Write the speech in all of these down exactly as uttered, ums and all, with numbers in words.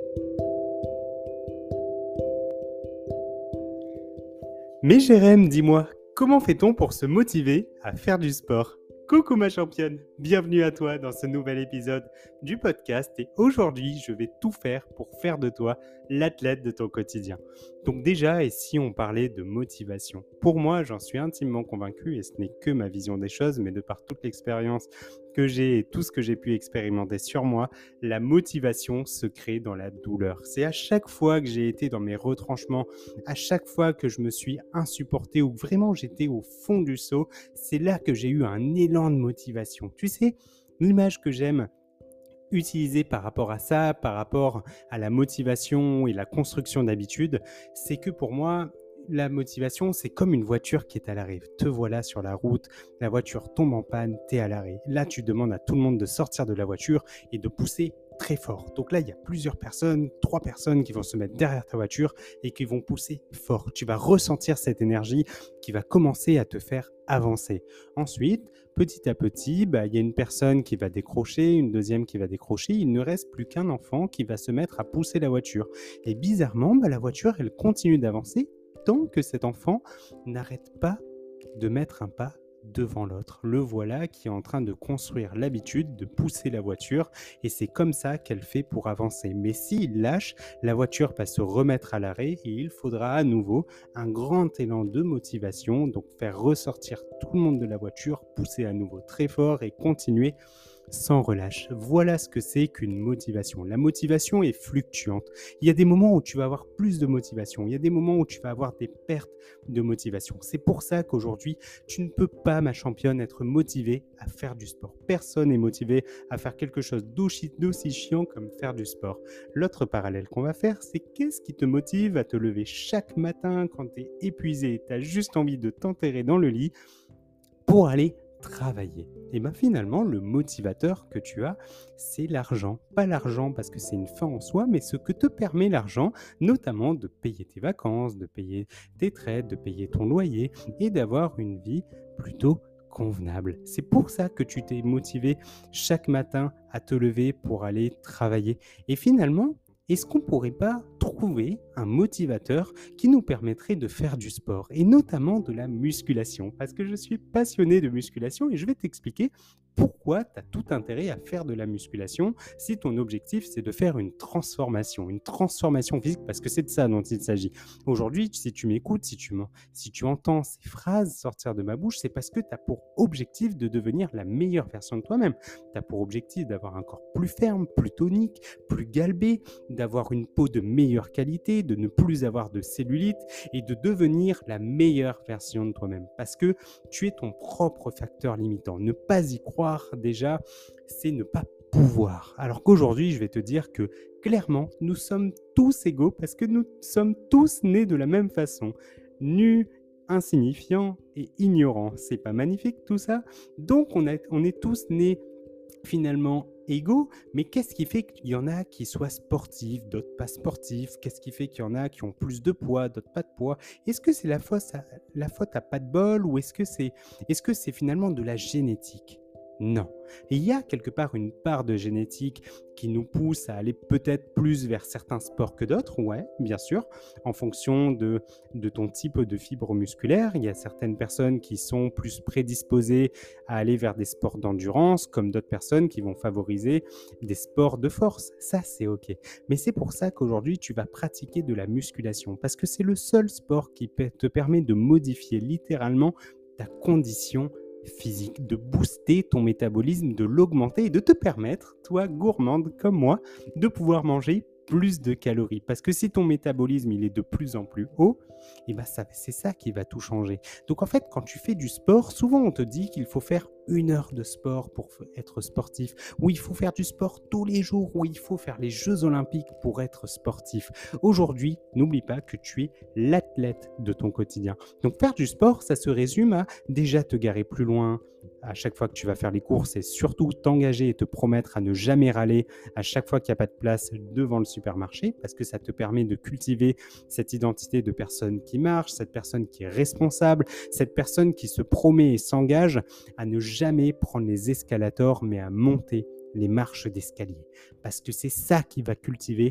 Mais Jérém, dis-moi, comment fait-on pour se motiver à faire du sport? Coucou ma championne, bienvenue à toi dans ce nouvel épisode du podcast et aujourd'hui je vais tout faire pour faire de toi l'athlète de ton quotidien. Donc déjà, et si on parlait de motivation? Pour moi, j'en suis intimement convaincu et ce n'est que ma vision des choses, mais de par toute l'expérience que j'ai et tout ce que j'ai pu expérimenter sur moi, la motivation se crée dans la douleur. C'est à chaque fois que j'ai été dans mes retranchements, à chaque fois que je me suis insupporté ou que vraiment j'étais au fond du seau, c'est là que j'ai eu un élan de motivation. Tu sais, l'image que j'aime utiliser par rapport à ça, par rapport à la motivation et la construction d'habitudes, c'est que pour moi, la motivation, c'est comme une voiture qui est à l'arrêt. Te voilà sur la route, la voiture tombe en panne, t'es à l'arrêt. Là, tu demandes à tout le monde de sortir de la voiture et de pousser très fort. Donc là, il y a plusieurs personnes, trois personnes qui vont se mettre derrière ta voiture et qui vont pousser fort. Tu vas ressentir cette énergie qui va commencer à te faire avancer. Ensuite, petit à petit, bah, il y a une personne qui va décrocher, une deuxième qui va décrocher. Il ne reste plus qu'un enfant qui va se mettre à pousser la voiture. Et bizarrement, bah, la voiture, elle continue d'avancer tant que cet enfant n'arrête pas de mettre un pas devant l'autre. Le voilà qui est en train de construire l'habitude de pousser la voiture et c'est comme ça qu'elle fait pour avancer. Mais s'il lâche, la voiture va se remettre à l'arrêt et il faudra à nouveau un grand élan de motivation, donc faire ressortir tout le monde de la voiture, pousser à nouveau très fort et continuer sans relâche. Voilà ce que c'est qu'une motivation. La motivation est fluctuante. Il y a des moments où tu vas avoir plus de motivation. Il y a des moments où tu vas avoir des pertes de motivation. C'est pour ça qu'aujourd'hui, tu ne peux pas, ma championne, être motivé à faire du sport. Personne n'est motivé à faire quelque chose d'aussi, d'aussi chiant comme faire du sport. L'autre parallèle qu'on va faire, c'est qu'est-ce qui te motive à te lever chaque matin quand tu es épuisé, tu as juste envie de t'enterrer dans le lit pour aller travailler. Et bien finalement, le motivateur que tu as, c'est l'argent. Pas l'argent parce que c'est une fin en soi, mais ce que te permet l'argent, notamment de payer tes vacances, de payer tes traites, de payer ton loyer et d'avoir une vie plutôt convenable. C'est pour ça que tu t'es motivé chaque matin à te lever pour aller travailler. Et finalement, est-ce qu'on ne pourrait pas trouver un motivateur qui nous permettrait de faire du sport et notamment de la musculation? Parce que je suis passionné de musculation et je vais t'expliquer pourquoi tu as tout intérêt à faire de la musculation si ton objectif c'est de faire une transformation, une transformation physique parce que c'est de ça dont il s'agit. Aujourd'hui, si tu m'écoutes, si tu, si tu entends ces phrases sortir de ma bouche, c'est parce que tu as pour objectif de devenir la meilleure version de toi-même. Tu as pour objectif d'avoir un corps plus ferme, plus tonique, plus galbé, d'avoir une peau de meilleure qualité, de ne plus avoir de cellulite et de devenir la meilleure version de toi-même parce que tu es ton propre facteur limitant. Ne pas y croire déjà, c'est ne pas pouvoir. Alors qu'aujourd'hui, je vais te dire que clairement, nous sommes tous égaux parce que nous sommes tous nés de la même façon. Nus, insignifiants et ignorants. C'est pas magnifique tout ça? Donc on, a, on est tous nés finalement égaux, mais qu'est-ce qui fait qu'il y en a qui soient sportifs, d'autres pas sportifs? Qu'est-ce qui fait qu'il y en a qui ont plus de poids, d'autres pas de poids? Est-ce que c'est la faute à, la faute à pas de bol ou est-ce que c'est, est-ce que c'est finalement de la génétique? Non. Et il y a quelque part une part de génétique qui nous pousse à aller peut-être plus vers certains sports que d'autres, ouais, bien sûr, en fonction de, de ton type de fibre musculaire. Il y a certaines personnes qui sont plus prédisposées à aller vers des sports d'endurance, comme d'autres personnes qui vont favoriser des sports de force. Ça, c'est OK. Mais c'est pour ça qu'aujourd'hui, tu vas pratiquer de la musculation, parce que c'est le seul sport qui te permet de modifier littéralement ta condition physique, de booster ton métabolisme, de l'augmenter et de te permettre, toi gourmande comme moi, de pouvoir manger plus de calories. Parce que si ton métabolisme il est de plus en plus haut, et ben ça, c'est ça qui va tout changer. Donc en fait, quand tu fais du sport, souvent on te dit qu'il faut faire une heure de sport pour être sportif, ou il faut faire du sport tous les jours, ou il faut faire les Jeux Olympiques pour être sportif. Aujourd'hui, n'oublie pas que tu es l'athlète de ton quotidien. Donc faire du sport, ça se résume à déjà te garer plus loin à chaque fois que tu vas faire les courses et surtout t'engager et te promettre à ne jamais râler à chaque fois qu'il n'y a pas de place devant le supermarché parce que ça te permet de cultiver cette identité de personne qui marche, cette personne qui est responsable, cette personne qui se promet et s'engage à ne jamais prendre les escalators mais à monter les marches d'escalier parce que c'est ça qui va cultiver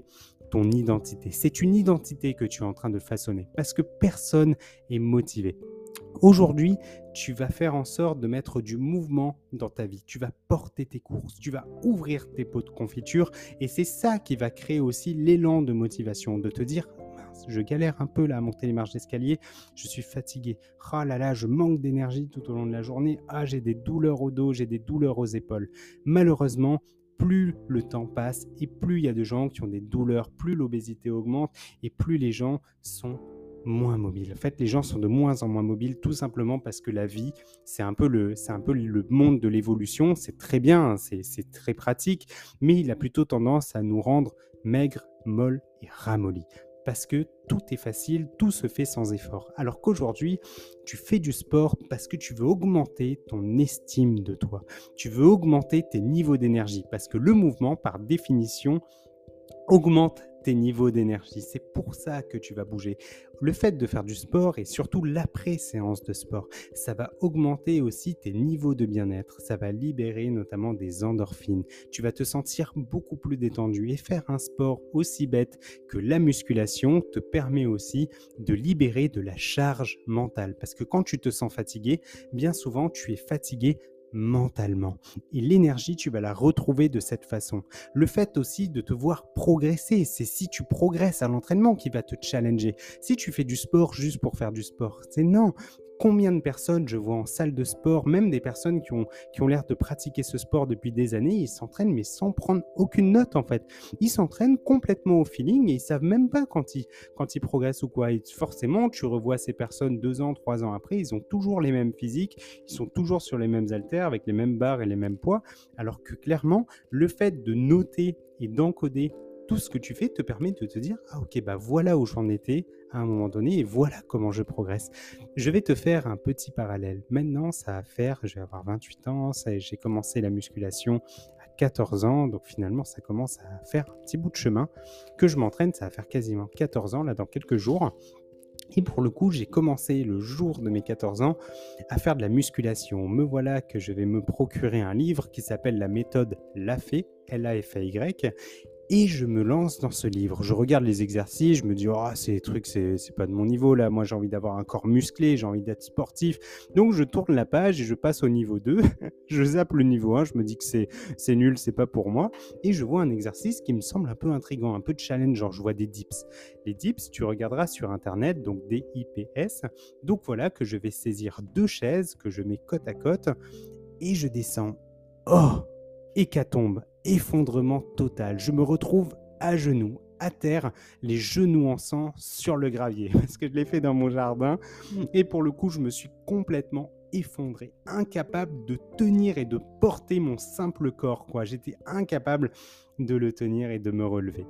ton identité. C'est une identité que tu es en train de façonner parce que personne est motivé. Aujourd'hui, tu vas faire en sorte de mettre du mouvement dans ta vie. Tu vas porter tes courses, tu vas ouvrir tes pots de confiture et c'est ça qui va créer aussi l'élan de motivation, de te dire mince, je galère un peu là à monter les marches d'escalier, je suis fatigué. Ah là là, je manque d'énergie tout au long de la journée. Ah, j'ai des douleurs au dos, j'ai des douleurs aux épaules. Malheureusement, plus le temps passe et plus il y a de gens qui ont des douleurs, plus l'obésité augmente et plus les gens sont moins mobiles. En fait, les gens sont de moins en moins mobiles tout simplement parce que la vie, c'est un peu le, c'est un peu le monde de l'évolution. C'est très bien, c'est, c'est très pratique, mais il a plutôt tendance à nous rendre maigres, molles et ramollis. Parce que tout est facile, tout se fait sans effort. Alors qu'aujourd'hui, tu fais du sport parce que tu veux augmenter ton estime de toi. Tu veux augmenter tes niveaux d'énergie parce que le mouvement, par définition, augmente tes niveaux d'énergie. C'est pour ça que tu vas bouger. Le fait de faire du sport et surtout l'après-séance de sport, ça va augmenter aussi tes niveaux de bien-être. Ça va libérer notamment des endorphines. Tu vas te sentir beaucoup plus détendu et faire un sport aussi bête que la musculation te permet aussi de libérer de la charge mentale. Parce que quand tu te sens fatigué, bien souvent tu es fatigué mentalement. Et l'énergie, tu vas la retrouver de cette façon. Le fait aussi de te voir progresser, c'est si tu progresses à l'entraînement qui va te challenger. Si tu fais du sport juste pour faire du sport, c'est non. Combien de personnes je vois en salle de sport, même des personnes qui ont, qui ont l'air de pratiquer ce sport depuis des années, ils s'entraînent mais sans prendre aucune note en fait. Ils s'entraînent complètement au feeling et ils savent même pas quand ils, quand ils progressent ou quoi. Et forcément, tu revois ces personnes deux ans, trois ans après, ils ont toujours les mêmes physiques, ils sont toujours sur les mêmes haltères avec les mêmes barres et les mêmes poids, alors que clairement, le fait de noter et d'encoder tout ce que tu fais te permet de te dire « Ah ok, bah voilà où j'en étais à un moment donné et voilà comment je progresse. » Je vais te faire un petit parallèle. Maintenant, ça va faire, je vais avoir vingt-huit ans, ça, j'ai commencé la musculation à quatorze ans, donc finalement ça commence à faire un petit bout de chemin que je m'entraîne, ça va faire quasiment quatorze ans là dans quelques jours. Et pour le coup, j'ai commencé le jour de mes quatorze ans à faire de la musculation. Me voilà que je vais me procurer un livre qui s'appelle La méthode Lafay, L A F A Y. Et je me lance dans ce livre. Je regarde les exercices, je me dis « Oh, ces trucs, c'est, c'est pas de mon niveau là. Moi, j'ai envie d'avoir un corps musclé, j'ai envie d'être sportif. » Donc, je tourne la page et je passe au niveau deux. Je zappe le niveau un, je me dis que c'est, c'est nul, c'est pas pour moi. Et je vois un exercice qui me semble un peu intriguant, un peu de challenge, genre je vois des dips. Les dips, tu regarderas sur Internet, donc D I P S. Donc, voilà que je vais saisir deux chaises que je mets côte à côte et je descends. Oh, hécatombe, effondrement total. Je me retrouve à genoux, à terre, les genoux en sang sur le gravier, parce que je l'ai fait dans mon jardin. Et pour le coup, je me suis complètement effondré, incapable de tenir et de porter mon simple corps, quoi. J'étais incapable de le tenir et de me relever.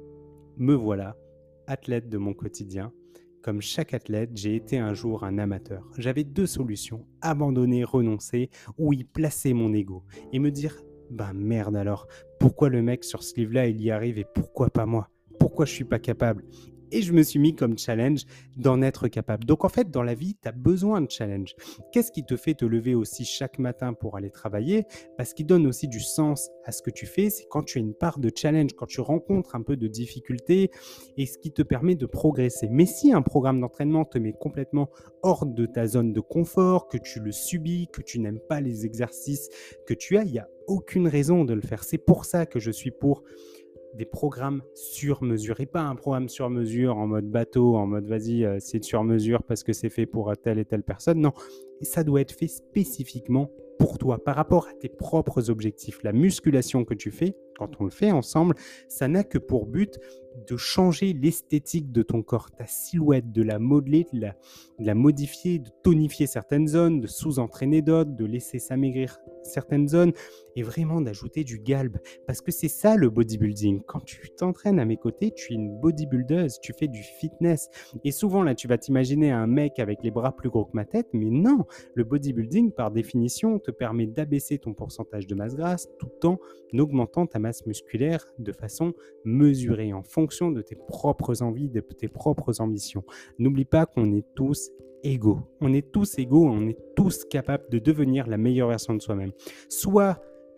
Me voilà, athlète de mon quotidien. Comme chaque athlète, j'ai été un jour un amateur. J'avais deux solutions, abandonner, renoncer, ou y placer mon ego et me dire « Ben merde alors, pourquoi le mec sur ce livre-là, il y arrive et pourquoi pas moi ? Pourquoi je suis pas capable ?» Et je me suis mis comme challenge d'en être capable. Donc en fait, dans la vie, tu as besoin de challenge. Qu'est-ce qui te fait te lever aussi chaque matin pour aller travailler ? Parce qu'il donne aussi du sens à ce que tu fais, c'est quand tu as une part de challenge, quand tu rencontres un peu de difficultés et ce qui te permet de progresser. Mais si un programme d'entraînement te met complètement hors de ta zone de confort, que tu le subis, que tu n'aimes pas les exercices que tu as, il n'y a aucune raison de le faire. C'est pour ça que je suis pour des programmes sur mesure et pas un programme sur mesure en mode bateau, en mode vas-y, euh, c'est sur mesure parce que c'est fait pour telle et telle personne. Non, et ça doit être fait spécifiquement pour toi, par rapport à tes propres objectifs. La musculation que tu fais, quand on le fait ensemble, ça n'a que pour but de changer l'esthétique de ton corps, ta silhouette, de la modeler, de la, de la modifier, de tonifier certaines zones, de sous-entraîner d'autres, de laisser s'amaigrir certaines zones et vraiment d'ajouter du galbe. Parce que c'est ça le bodybuilding. Quand tu t'entraînes à mes côtés, tu es une bodybuildeuse, tu fais du fitness. Et souvent, là, tu vas t'imaginer un mec avec les bras plus gros que ma tête, mais non, le bodybuilding, par définition, te permet d'abaisser ton pourcentage de masse grasse tout en augmentant ta masse musculaire de façon mesurée, en fonction de tes propres envies, de tes propres ambitions. N'oublie pas qu'on est tous égaux. On est tous égaux, on est tous capables de devenir la meilleure version de soi-même. Soit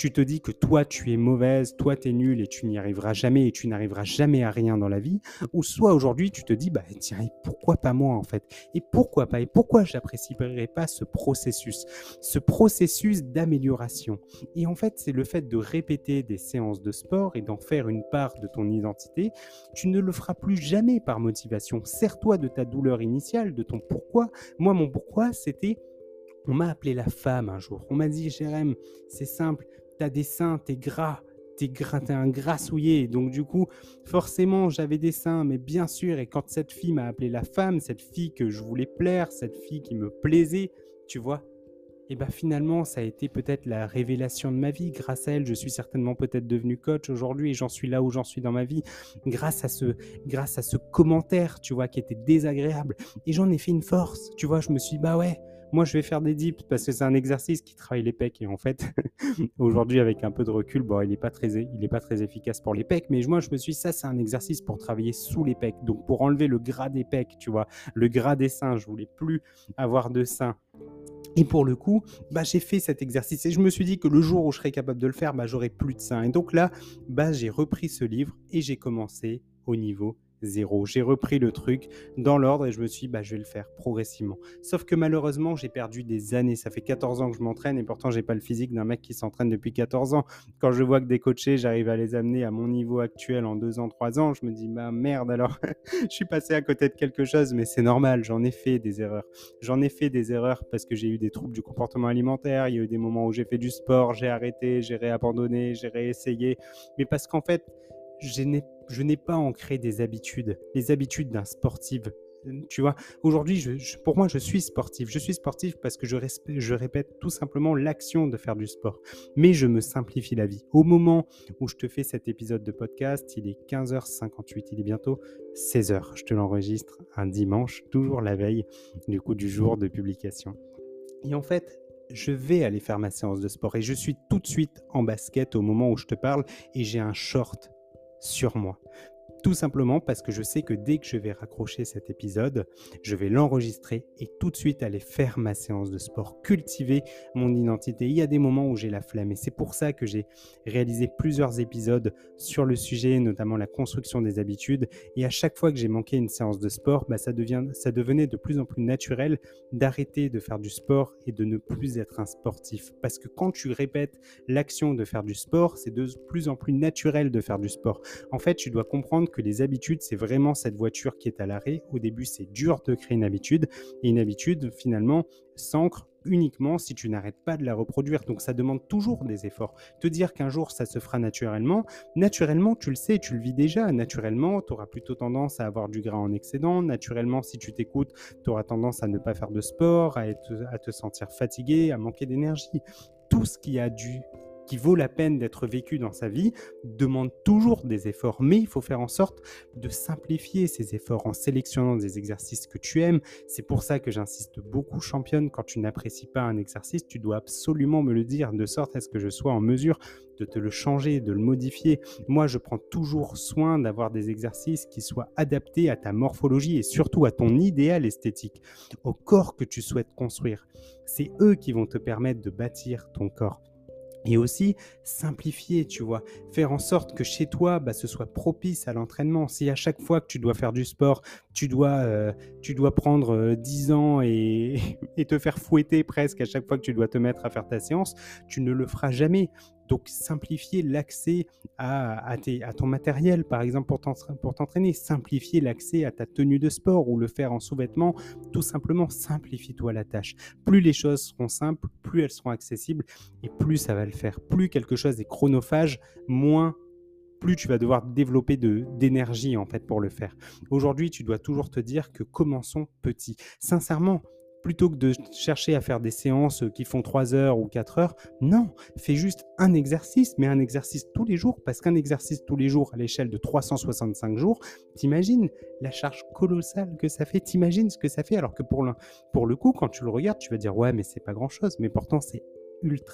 tu te dis que toi, tu es mauvaise, toi, tu es nulle et tu n'y arriveras jamais et tu n'arriveras jamais à rien dans la vie, ou soit aujourd'hui, tu te dis, bah tiens, et pourquoi pas moi en fait? Et pourquoi pas? Et pourquoi je n'apprécierais pas ce processus, ce processus d'amélioration? Et en fait, c'est le fait de répéter des séances de sport et d'en faire une part de ton identité. Tu ne le feras plus jamais par motivation. Sers-toi de ta douleur initiale, de ton pourquoi. Moi, mon pourquoi, c'était, on m'a appelé la femme un jour. On m'a dit, Jérém, c'est simple, t'as des seins, t'es gras. T'es, gras, t'es un grassouillet. Donc du coup, forcément, j'avais des seins, mais bien sûr, et quand cette fille m'a appelé la femme, cette fille que je voulais plaire, cette fille qui me plaisait, tu vois, et bien finalement, ça a été peut-être la révélation de ma vie. Grâce à elle, je suis certainement peut-être devenu coach aujourd'hui et j'en suis là où j'en suis dans ma vie. Grâce à ce, grâce à ce commentaire, tu vois, qui était désagréable. Et j'en ai fait une force. Tu vois, je me suis dit, bah ouais, moi je vais faire des dips parce que c'est un exercice qui travaille les pecs. Et en fait, aujourd'hui, avec un peu de recul, bon, il n'est pas, très, il est pas très efficace pour les pecs. Mais moi, je me suis dit, ça, c'est un exercice pour travailler sous les pecs. Donc pour enlever le gras des pecs, tu vois, le gras des seins, je voulais plus avoir de seins. Et pour le coup, bah, j'ai fait cet exercice et je me suis dit que le jour où je serais capable de le faire, bah, j'aurais plus de seins. Et donc là, bah, j'ai repris ce livre et j'ai commencé au niveau zéro. J'ai repris le truc dans l'ordre et je me suis dit, bah, je vais le faire progressivement. Sauf que malheureusement, j'ai perdu des années. Ça fait quatorze ans que je m'entraîne et pourtant, j'ai pas le physique d'un mec qui s'entraîne depuis quatorze ans. Quand je vois que des coachés, j'arrive à les amener à mon niveau actuel en deux ans, trois ans, je me dis, bah merde, alors je suis passé à côté de quelque chose, mais c'est normal, j'en ai fait des erreurs. J'en ai fait des erreurs parce que j'ai eu des troubles du comportement alimentaire, il y a eu des moments où j'ai fait du sport, j'ai arrêté, j'ai réabandonné, j'ai réessayé, mais parce qu'en fait, je n'ai, je n'ai pas ancré des habitudes, les habitudes d'un sportif. Tu vois, aujourd'hui, je, je, pour moi, je suis sportif. Je suis sportif parce que je, resp- je répète tout simplement l'action de faire du sport. Mais je me simplifie la vie. Au moment où je te fais cet épisode de podcast, il est quinze heures cinquante-huit. Il est bientôt seize heures. Je te l'enregistre un dimanche, toujours la veille du coup du jour de publication. Et en fait, je vais aller faire ma séance de sport et je suis tout de suite en basket au moment où je te parle et j'ai un short sur moi. Tout simplement parce que je sais que dès que je vais raccrocher cet épisode, je vais l'enregistrer et tout de suite aller faire ma séance de sport, cultiver mon identité. Il y a des moments où j'ai la flemme et c'est pour ça que j'ai réalisé plusieurs épisodes sur le sujet, notamment la construction des habitudes. Et à chaque fois que j'ai manqué une séance de sport, bah ça, devient, ça devenait de plus en plus naturel d'arrêter de faire du sport et de ne plus être un sportif. Parce que quand tu répètes l'action de faire du sport, c'est de plus en plus naturel de faire du sport. En fait, tu dois comprendre que les habitudes, c'est vraiment cette voiture qui est à l'arrêt. Au début, c'est dur de créer une habitude et une habitude, finalement, s'ancre uniquement si tu n'arrêtes pas de la reproduire. Donc, ça demande toujours des efforts. Te dire qu'un jour, ça se fera naturellement, naturellement, tu le sais, tu le vis déjà. Naturellement, tu auras plutôt tendance à avoir du gras en excédent. Naturellement, si tu t'écoutes, tu auras tendance à ne pas faire de sport, à, être, à te sentir fatigué, à manquer d'énergie. Tout ce qui a dû qui vaut la peine d'être vécu dans sa vie demande toujours des efforts, mais il faut faire en sorte de simplifier ces efforts en sélectionnant des exercices que tu aimes. C'est pour ça que j'insiste beaucoup, championne, quand tu n'apprécies pas un exercice, tu dois absolument me le dire, de sorte à ce que je sois en mesure de te le changer, de le modifier. Moi, je prends toujours soin d'avoir des exercices qui soient adaptés à ta morphologie et surtout à ton idéal esthétique, au corps que tu souhaites construire. C'est eux qui vont te permettre de bâtir ton corps. Et aussi simplifier, tu vois, faire en sorte que chez toi, bah, ce soit propice à l'entraînement. Si à chaque fois que tu dois faire du sport, tu dois, euh, tu dois prendre euh, dix ans et, et te faire fouetter presque à chaque fois que tu dois te mettre à faire ta séance, tu ne le feras jamais. Donc, simplifier l'accès à, à, tes, à ton matériel, par exemple, pour, t'entra- pour t'entraîner. Simplifier l'accès à ta tenue de sport ou le faire en sous-vêtements. Tout simplement, simplifie-toi la tâche. Plus les choses seront simples, plus elles seront accessibles et plus ça va le faire. Plus quelque chose est chronophage, moins plus tu vas devoir développer de, d'énergie en fait pour le faire. Aujourd'hui, tu dois toujours te dire que commençons petit. Sincèrement, plutôt que de chercher à faire des séances qui font trois heures ou quatre heures, non, fais juste un exercice, mais un exercice tous les jours, parce qu'un exercice tous les jours à l'échelle de trois cent soixante-cinq jours, t'imagines la charge colossale que ça fait, t'imagines ce que ça fait, alors que pour le, pour le coup, quand tu le regardes, tu vas dire « ouais, mais c'est pas grand-chose », mais pourtant c'est ultra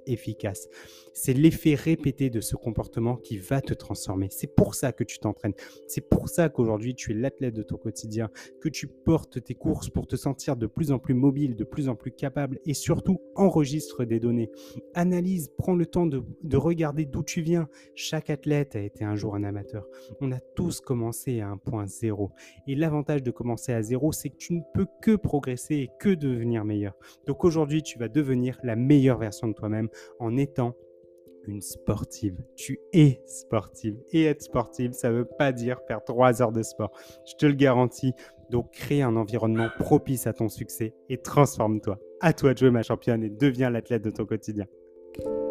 efficace. C'est l'effet répété de ce comportement qui va te transformer. C'est pour ça que tu t'entraînes. C'est pour ça qu'aujourd'hui, tu es l'athlète de ton quotidien, que tu portes tes courses pour te sentir de plus en plus mobile, de plus en plus capable et surtout enregistre des données. Analyse, prends le temps de, de regarder d'où tu viens. Chaque athlète a été un jour un amateur. On a tous commencé à un point zéro. Et l'avantage de commencer à zéro, c'est que tu ne peux que progresser et que devenir meilleur. Donc aujourd'hui, tu vas devenir la meilleure version de toi-même en étant une sportive. Tu es sportive. Et être sportive, ça ne veut pas dire faire trois heures de sport. Je te le garantis. Donc, crée un environnement propice à ton succès et transforme-toi. À toi de jouer, ma championne, et deviens l'athlète de ton quotidien.